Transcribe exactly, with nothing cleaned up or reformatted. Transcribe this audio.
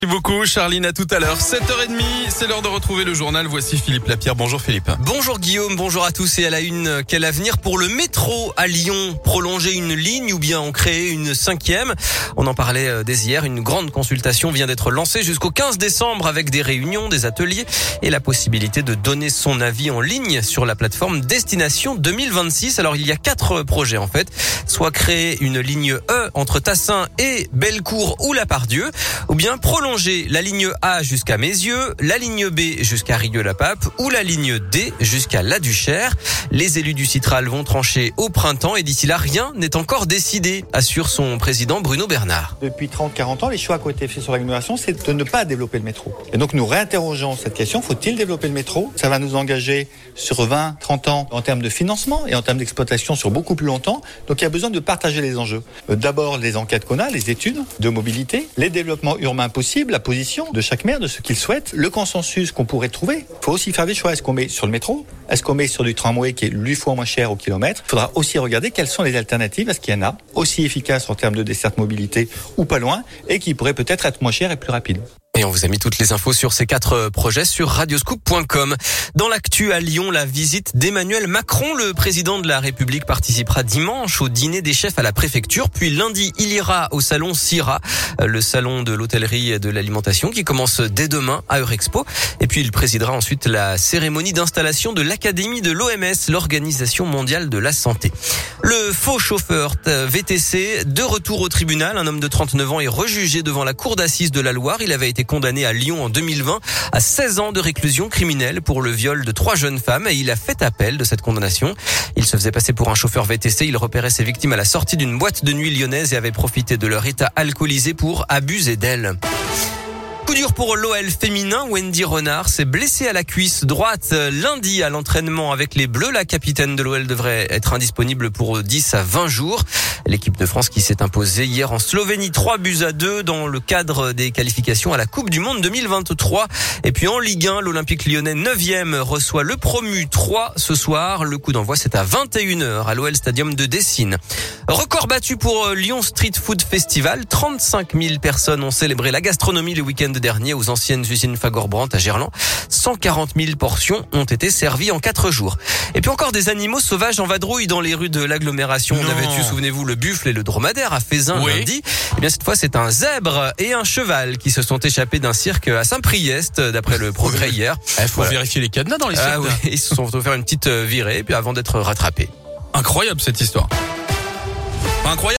Merci beaucoup Charline, à tout à l'heure. sept heures trente, c'est l'heure de retrouver le journal. Voici Philippe Lapierre. Bonjour Philippe. Bonjour Guillaume, bonjour à tous. Et à la une, quel avenir pour le métro à Lyon? Prolonger une ligne ou bien en créer une cinquième? On en parlait dès hier. Une grande consultation vient d'être lancée jusqu'au quinze décembre avec des réunions, des ateliers et la possibilité de donner son avis en ligne sur la plateforme Destination deux mille vingt-six. Alors il y a quatre projets en fait. Soit créer une ligne E entre Tassin et Bellecour ou La Part-Dieu, ou bien prolonger la ligne A jusqu'à Mézieux, la ligne B jusqu'à Rieux-la-Pape ou la ligne D jusqu'à La Duchère. Les élus du Citral vont trancher au printemps et d'ici là, rien n'est encore décidé, assure son président Bruno Bernard. Depuis trente à quarante ans, les choix qui ont été faits sur l'agglomération, c'est de ne pas développer le métro. Et donc nous réinterrogeons cette question, faut-il développer le métro? Ça va nous engager sur vingt à trente ans en termes de financement et en termes d'exploitation sur beaucoup plus longtemps. Donc il y a besoin de partager les enjeux. D'abord les enquêtes qu'on a, les études de mobilité, les développements urbains possibles, la position de chaque maire, de ce qu'il souhaite, le consensus qu'on pourrait trouver. Il faut aussi faire des choix. Est-ce qu'on met sur le métro? Est-ce qu'on met sur du tramway qui est huit fois moins cher au kilomètre? Il faudra aussi regarder quelles sont les alternatives. Est-ce qu'il y en a aussi efficaces en termes de desserte mobilité ou pas loin et qui pourraient peut-être être moins chères et plus rapides? Et on vous a mis toutes les infos sur ces quatre projets sur radioscoop point com. Dans l'actu à Lyon, la visite d'Emmanuel Macron. Le président de la République participera dimanche au dîner des chefs à la préfecture. Puis lundi, il ira au salon CIRA, le salon de l'hôtellerie et de l'alimentation qui commence dès demain à Eurexpo. Et puis il présidera ensuite la cérémonie d'installation de l'Académie de l'O M S, l'Organisation mondiale de la santé. Le faux chauffeur V T C, de retour au tribunal. Un homme de trente-neuf ans est rejugé devant la cour d'assises de la Loire. Il avait été condamné à Lyon en deux mille vingt à seize ans de réclusion criminelle pour le viol de trois jeunes femmes et il a fait appel de cette condamnation. Il se faisait passer pour un chauffeur V T C. Il repérait ses victimes à la sortie d'une boîte de nuit lyonnaise et avait profité de leur état alcoolisé pour abuser d'elles. Coup dur pour l'O L féminin. Wendy Renard s'est blessée à la cuisse droite lundi à l'entraînement avec les Bleus. La capitaine de l'O L devrait être indisponible pour dix à vingt jours. L'équipe de France qui s'est imposée hier en Slovénie trois buts à deux dans le cadre des qualifications à la Coupe du Monde deux mille vingt-trois. Et puis en Ligue un, l'Olympique Lyonnais neuvième reçoit le promu trois ce soir. Le coup d'envoi c'est à vingt et une heures à l'O L Stadium de Dessine. Record battu pour Lyon Street Food Festival. trente-cinq mille personnes ont célébré la gastronomie le week-end dernier aux anciennes usines Fagor-Brandt à Gerland. cent quarante mille portions ont été servies en quatre jours. Et puis encore des animaux sauvages en vadrouille dans les rues de l'agglomération. Non. On avait eu, souvenez-vous, le buffle et le dromadaire à Fézin oui. lundi. Et bien cette fois, c'est un zèbre et un cheval qui se sont échappés d'un cirque à Saint-Priest, d'après le Progrès hier. Il faut voilà. vérifier les cadenas dans les cirques. Ah oui, ils se sont offert une petite virée puis avant d'être rattrapés. Incroyable cette histoire. Incroyable.